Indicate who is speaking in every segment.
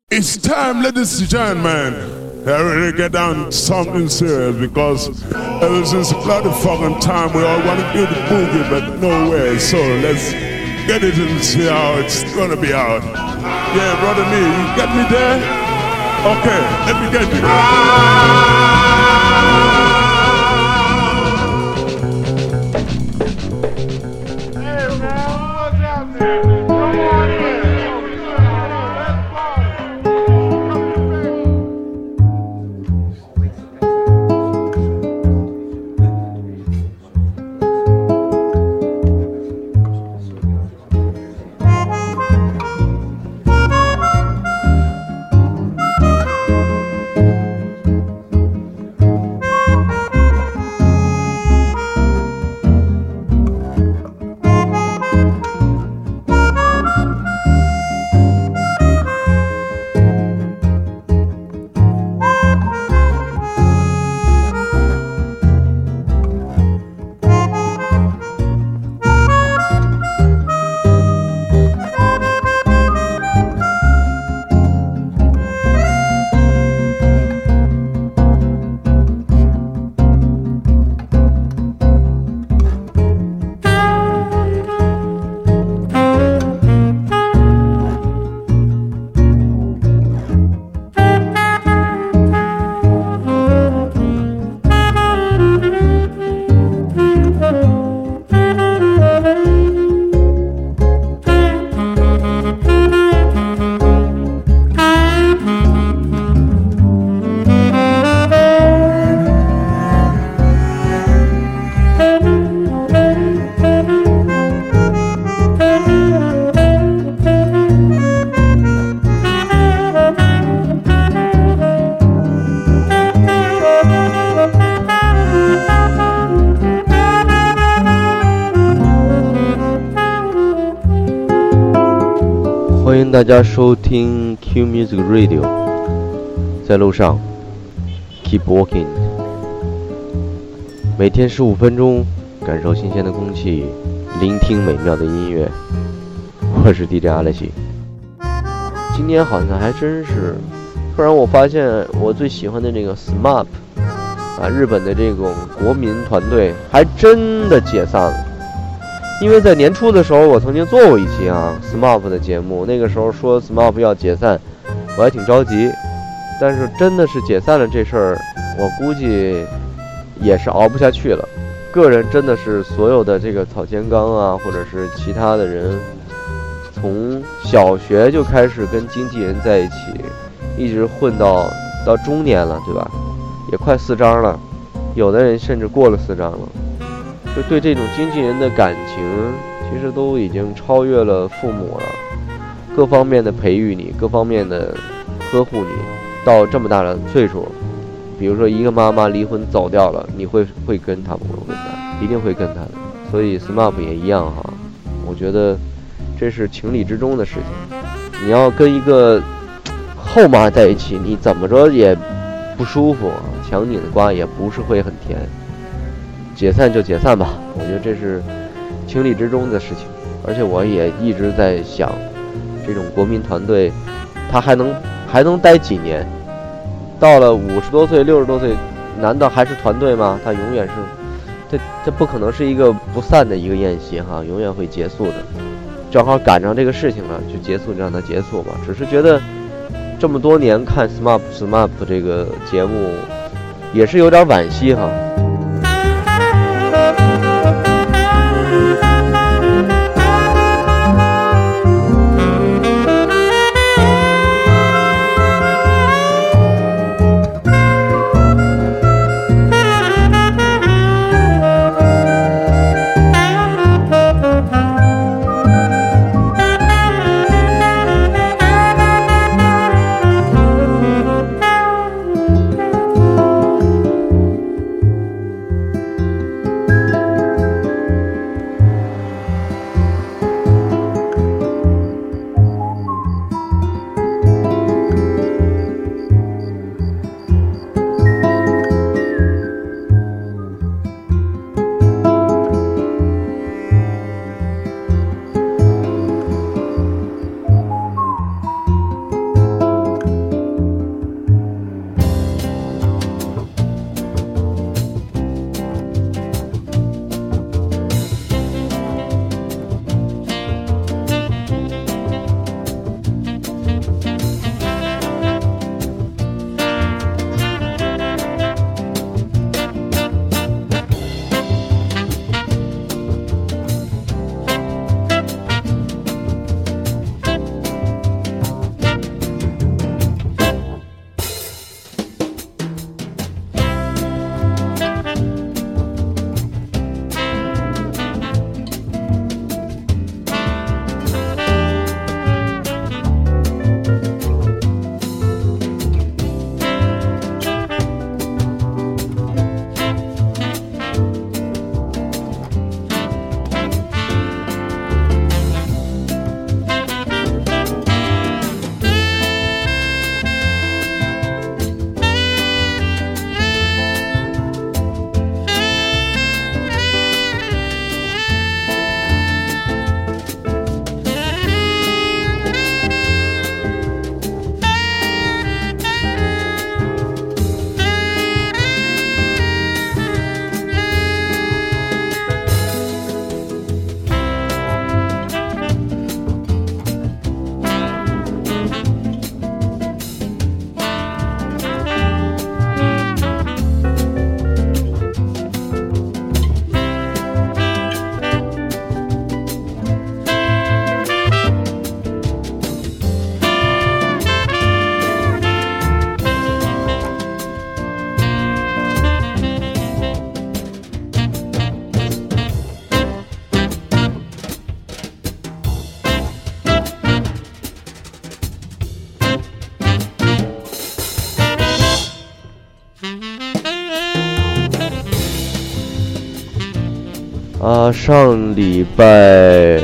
Speaker 1: It's time, ladies and gentlemen. I really get down to something serious because ever since the bloody fucking time we all want to do the boogie, but no way. So let's get it and see how it's gonna be out. Yeah, brother me, you got me there? Okay, let me get you.
Speaker 2: 欢迎大家收听 Q Music Radio， 在路上 Keep Walking， 每天15分钟，感受新鲜的空气，聆听美妙的音乐。我是 DJ 阿勒西。今年好像还真是，突然我发现我最喜欢的那个 SMAP 啊，日本的这种国民团队还真的解散了。因为在年初的时候，我曾经做过一期SMAP 的节目，那个时候说 SMAP 要解散，我还挺着急。但是真的是解散了这事儿，我估计也是熬不下去了。个人真的是所有的这个草间刚啊，或者是其他的人，从小学就开始跟经纪人在一起，一直混到中年了，对吧？也快4张了，有的人甚至过了4张了。就对这种经纪人的感情，其实都已经超越了父母了，各方面的培育你，各方面的呵护你，到这么大的岁数，比如说一个妈妈离婚走掉了，你会跟他吗？会跟他，一定会跟他的。所以 SMAP 也一样哈，我觉得这是情理之中的事情。你要跟一个后妈在一起，你怎么着也不舒服啊，强拧的瓜也不是会很甜。解散就解散吧，我觉得这是情理之中的事情。而且我也一直在想，这种国民团队他还能待几年？到了50多岁60多岁，难道还是团队吗？他永远是这不可能是一个不散的一个宴席哈，永远会结束的。正好赶上这个事情了，就结束就让它结束吧。只是觉得这么多年看 SMAP 这个节目也是有点惋惜哈。 上礼拜，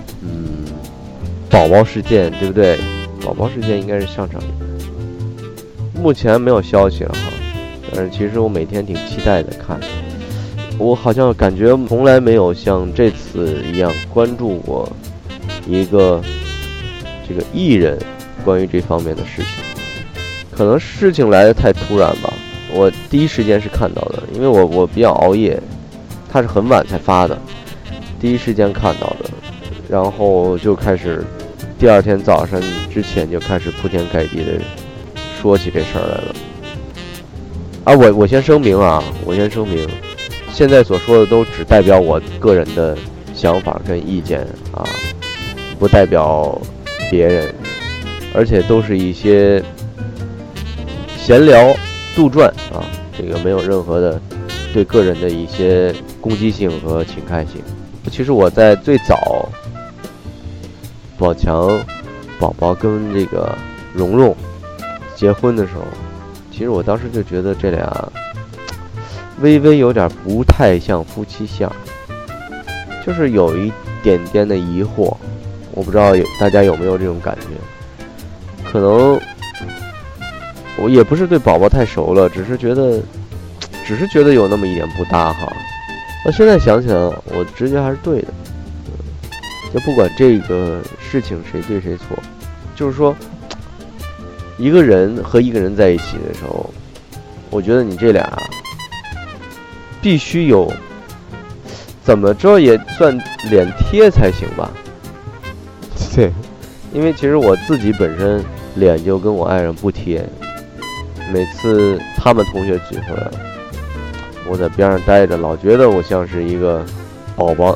Speaker 2: 宝宝事件对不对？宝宝事件应该是上礼拜，目前没有消息了哈。但是其实我每天挺期待的看，我好像感觉从来没有像这次一样关注过一个这个艺人关于这方面的事情。可能事情来得太突然吧，我第一时间是看到的，因为我比较熬夜，他是很晚才发的，第一时间看到的，然后就开始第二天早上之前就开始铺天盖地的说起这事儿来了。我先声明，现在所说的都只代表我个人的想法跟意见啊，不代表别人，而且都是一些闲聊杜撰啊，这个没有任何的对个人的一些攻击性和侵害性。其实我在最早宝强宝宝跟这个蓉蓉结婚的时候，其实我当时就觉得这俩微微有点不太像夫妻相，就是有一点点的疑惑，我不知道大家有没有这种感觉。可能我也不是对宝宝太熟了，只是觉得有那么一点不搭哈。那现在想想，我直觉还是对的。就不管这个事情谁对谁错，就是说，一个人和一个人在一起的时候，我觉得你这俩必须有，怎么着也算脸贴才行吧？对，因为其实我自己本身脸就跟我爱人不贴。每次他们同学聚会，我在边上待着，老觉得我像是一个宝宝，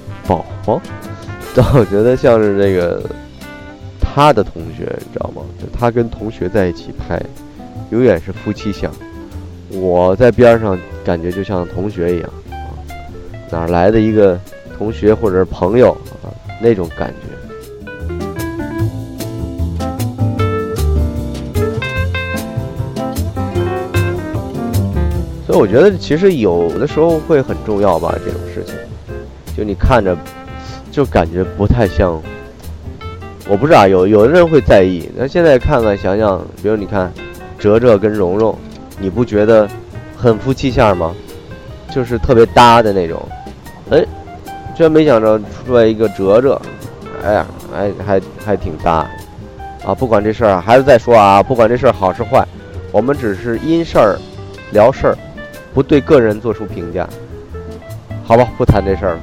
Speaker 2: 但我觉得像是这个他的同学，你知道吗？就他跟同学在一起拍，永远是夫妻相。我在边上感觉就像同学一样啊，哪来的一个同学或者是朋友啊那种感觉。所以我觉得其实有的时候会很重要吧，这种事情，就你看着就感觉不太像，我不知道有的人会在意。那现在看看想想，比如你看哲哲跟蓉蓉，你不觉得很夫妻相吗？就是特别搭的那种。居然没想着出来一个哲哲，哎呀，还挺搭啊！不管这事儿，还是再说啊，不管这事儿好是坏，我们只是因事儿聊事儿，不对个人做出评价，好吧？不谈这事儿了。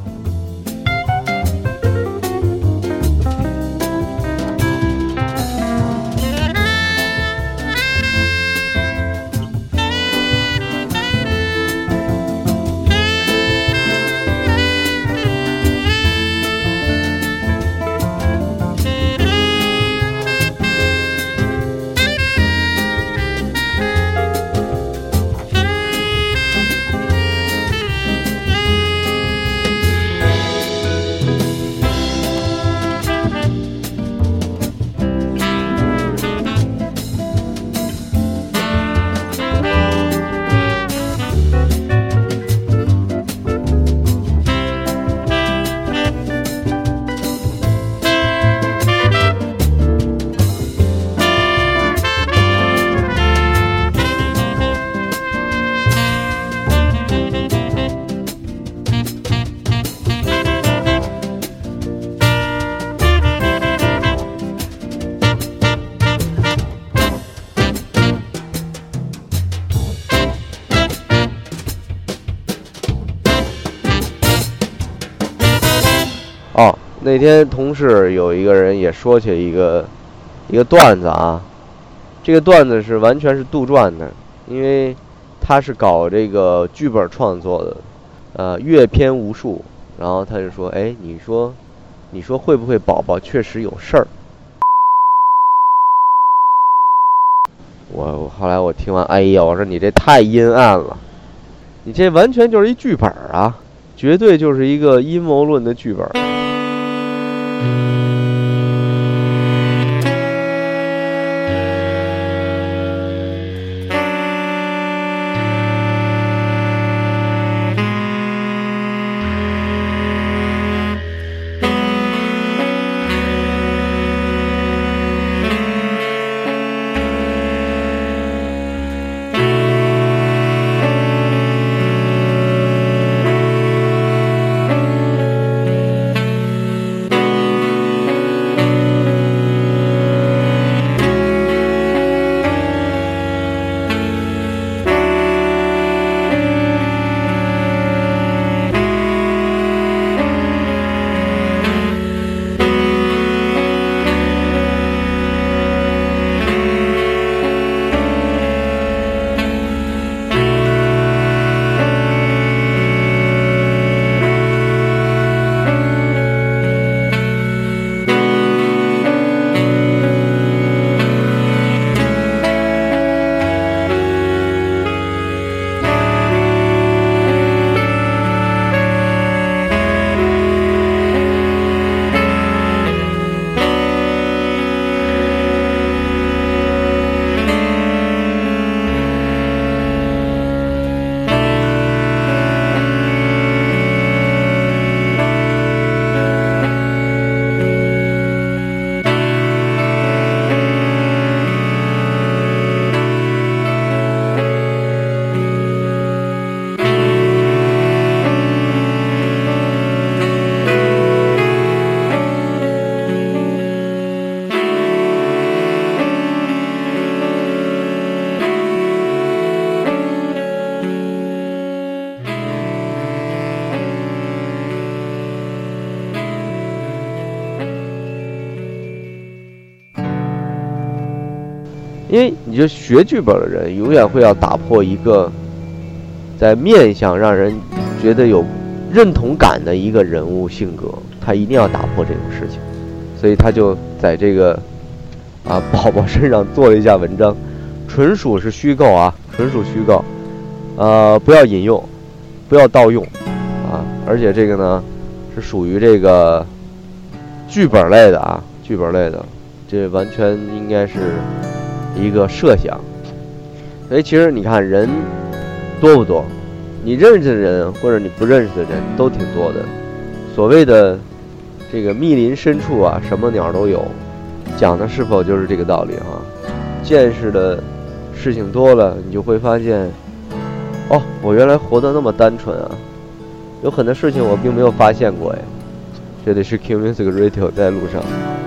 Speaker 2: 那天同事有一个人也说起一个段子啊，这个段子是完全是杜撰的，因为他是搞这个剧本创作的，阅片无数，然后他就说，哎，你说会不会宝宝确实有事儿？后来我听完，哎呀，我说你这太阴暗了，你这完全就是一剧本啊，绝对就是一个阴谋论的剧本。 因为你就学剧本的人，永远会要打破一个在面相让人觉得有认同感的一个人物性格，他一定要打破这种事情，所以他就在这个宝宝身上做了一下文章，纯属是虚构啊，纯属虚构，不要引用，不要盗用啊，而且这个呢是属于这个剧本类的啊，剧本类的，这完全应该是一个设想。所以其实你看人多不多，你认识的人或者你不认识的人都挺多的。所谓的这个密林深处啊，什么鸟都有，讲的是否就是这个道理哈？见识的事情多了，你就会发现，哦，我原来活得那么单纯啊，有很多事情我并没有发现过哎。这里是 Q Music Radio 在路上。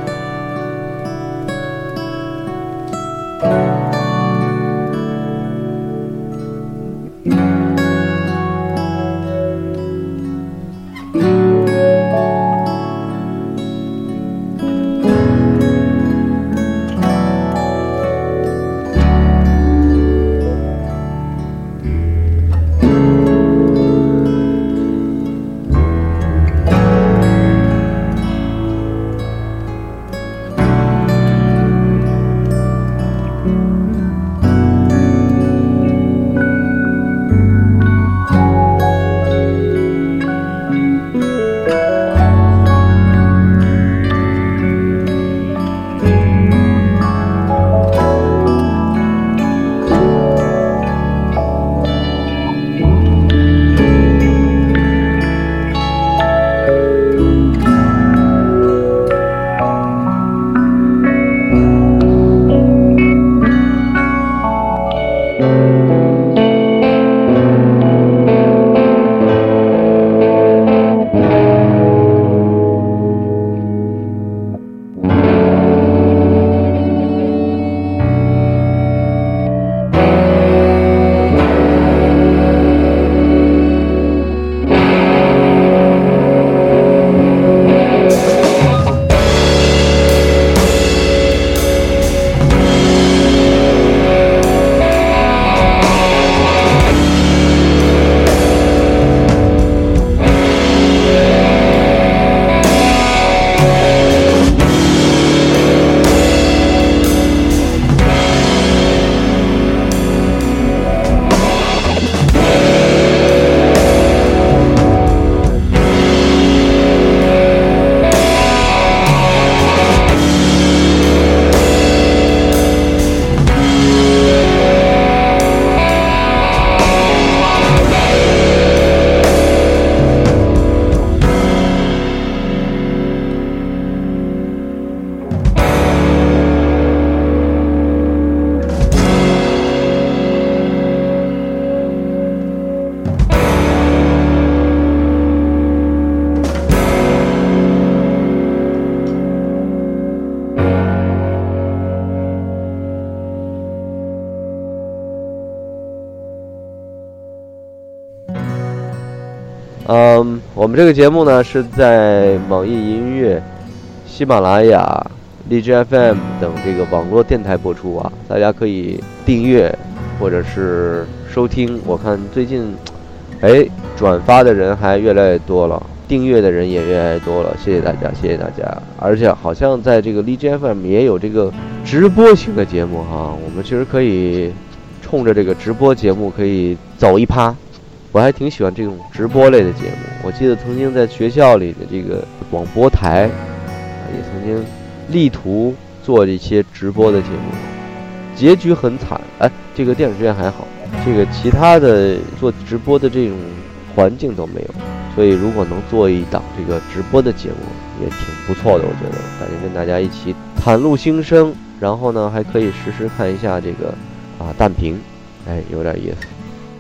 Speaker 2: 我们这个节目呢是在网易云音乐、喜马拉雅、荔枝 FM 等这个网络电台播出啊，大家可以订阅或者是收听。我看最近，转发的人还越来越多了，订阅的人也越来越多了，谢谢大家，谢谢大家。而且好像在这个荔枝 FM 也有这个直播型的节目哈，我们其实可以冲着这个直播节目可以走一趴。我还挺喜欢这种直播类的节目。我记得曾经在学校里的这个广播台，也曾经力图做一些直播的节目，结局很惨。这个电影学院还好，这个其他的做直播的这种环境都没有。所以如果能做一档这个直播的节目，也挺不错的。我觉得跟大家一起袒露心声，然后呢还可以实时看一下这个弹屏，有点意思。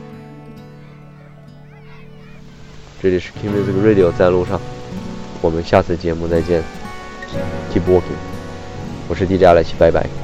Speaker 2: 这里是 Q Music Radio 在路上，我们下次节目再见 ，Keep walking， 我是DJ 阿莱奇，拜拜。